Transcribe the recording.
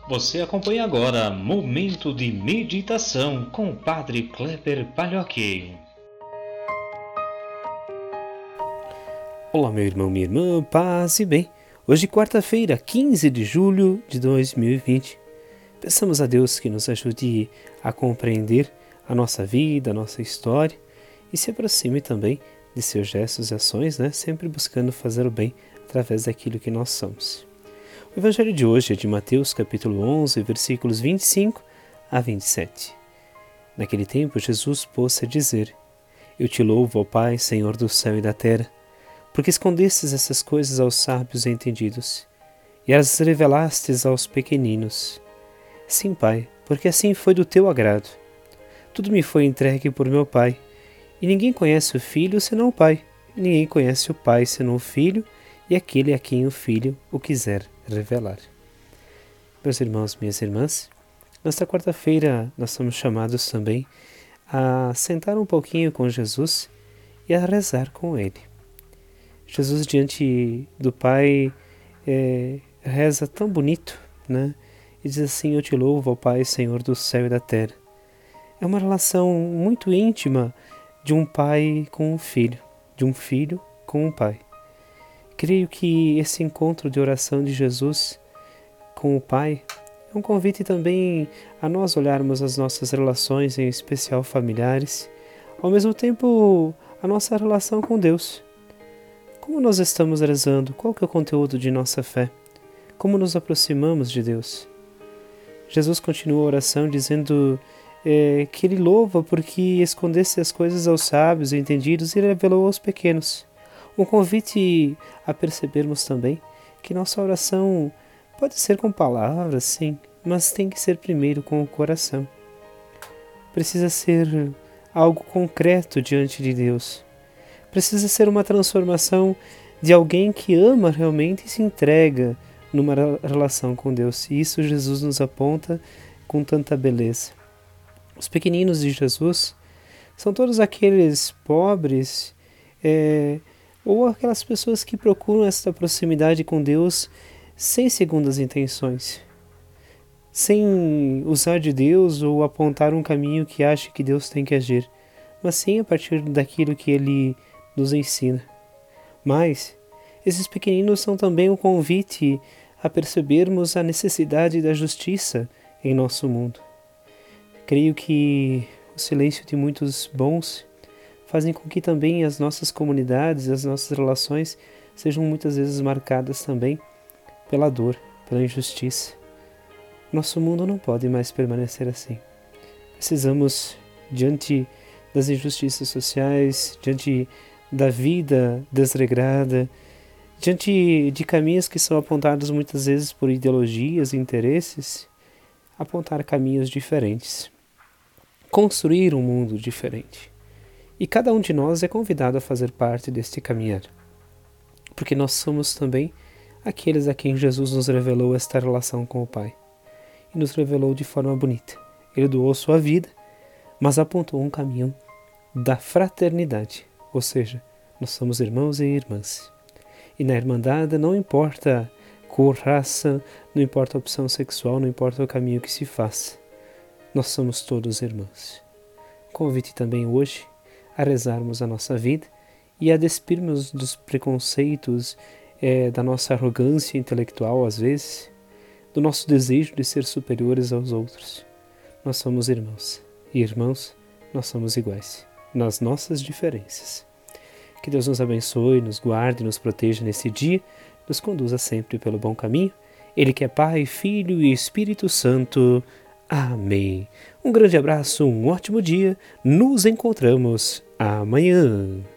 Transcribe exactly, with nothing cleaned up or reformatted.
Você acompanha agora Momento de Meditação com o Padre Kleber Palhoque. Olá, meu irmão, minha irmã, paz e bem. Hoje, quarta-feira, quinze de julho de dois mil e vinte. Peçamos a Deus que nos ajude a compreender a nossa vida, a nossa história e se aproxime também de seus gestos e ações, né? Sempre buscando fazer o bem através daquilo que nós somos. O Evangelho de hoje é de Mateus, capítulo onze, versículos vinte e cinco a vinte e sete. Naquele tempo, Jesus pôs-se a dizer: Eu te louvo, ó Pai, Senhor do céu e da terra, porque escondestes essas coisas aos sábios e entendidos, e as revelastes aos pequeninos. Sim, Pai, porque assim foi do teu agrado. Tudo me foi entregue por meu Pai, e ninguém conhece o Filho senão o Pai, e ninguém conhece o Pai senão o Filho, e aquele a quem o Filho o quiser revelar. Meus irmãos, minhas irmãs, nesta quarta-feira nós somos chamados também a sentar um pouquinho com Jesus e a rezar com Ele. Jesus diante do Pai é, reza tão bonito, né? E diz assim: Eu te louvo, ó Pai, Senhor do céu e da terra. É uma relação muito íntima de um pai com um filho, de um filho com um pai. Creio que esse encontro de oração de Jesus com o Pai é um convite também a nós olharmos as nossas relações, em especial familiares, ao mesmo tempo a nossa relação com Deus. Como nós estamos rezando? Qual que é o conteúdo de nossa fé? Como nos aproximamos de Deus? Jesus continua a oração dizendo é, que Ele louva porque escondesse as coisas aos sábios e entendidos e revelou aos pequenos. Um convite a percebermos também que nossa oração pode ser com palavras, sim, mas tem que ser primeiro com o coração. Precisa ser algo concreto diante de Deus. Precisa ser uma transformação de alguém que ama realmente e se entrega numa relação com Deus. E isso Jesus nos aponta com tanta beleza. Os pequeninos de Jesus são todos aqueles pobres, é, ou aquelas pessoas que procuram essa proximidade com Deus sem segundas intenções, sem usar de Deus ou apontar um caminho que acha que Deus tem que agir, mas sim a partir daquilo que Ele nos ensina. Mas esses pequeninos são também um convite a percebermos a necessidade da justiça em nosso mundo. Creio que o silêncio de muitos bons fazem com que também as nossas comunidades, as nossas relações sejam muitas vezes marcadas também pela dor, pela injustiça. Nosso mundo não pode mais permanecer assim. Precisamos, diante das injustiças sociais, diante da vida desregrada, diante de caminhos que são apontados muitas vezes por ideologias e interesses, apontar caminhos diferentes. Construir um mundo diferente. E cada um de nós é convidado a fazer parte deste caminhar, porque nós somos também aqueles a quem Jesus nos revelou esta relação com o Pai, e nos revelou de forma bonita. Ele doou sua vida, mas apontou um caminho da fraternidade, ou seja, nós somos irmãos e irmãs. E na Irmandade não importa cor, raça, não importa a opção sexual, não importa o caminho que se faça, nós somos todos irmãos. Convite também hoje a rezarmos a nossa vida e a despirmos dos preconceitos, é, da nossa arrogância intelectual às vezes, do nosso desejo de ser superiores aos outros. Nós somos irmãos, e irmãos, nós somos iguais, nas nossas diferenças. Que Deus nos abençoe, nos guarde, nos proteja nesse dia, nos conduza sempre pelo bom caminho. Ele que é Pai, Filho e Espírito Santo. Amém. Um grande abraço, um ótimo dia. Nos encontramos amanhã.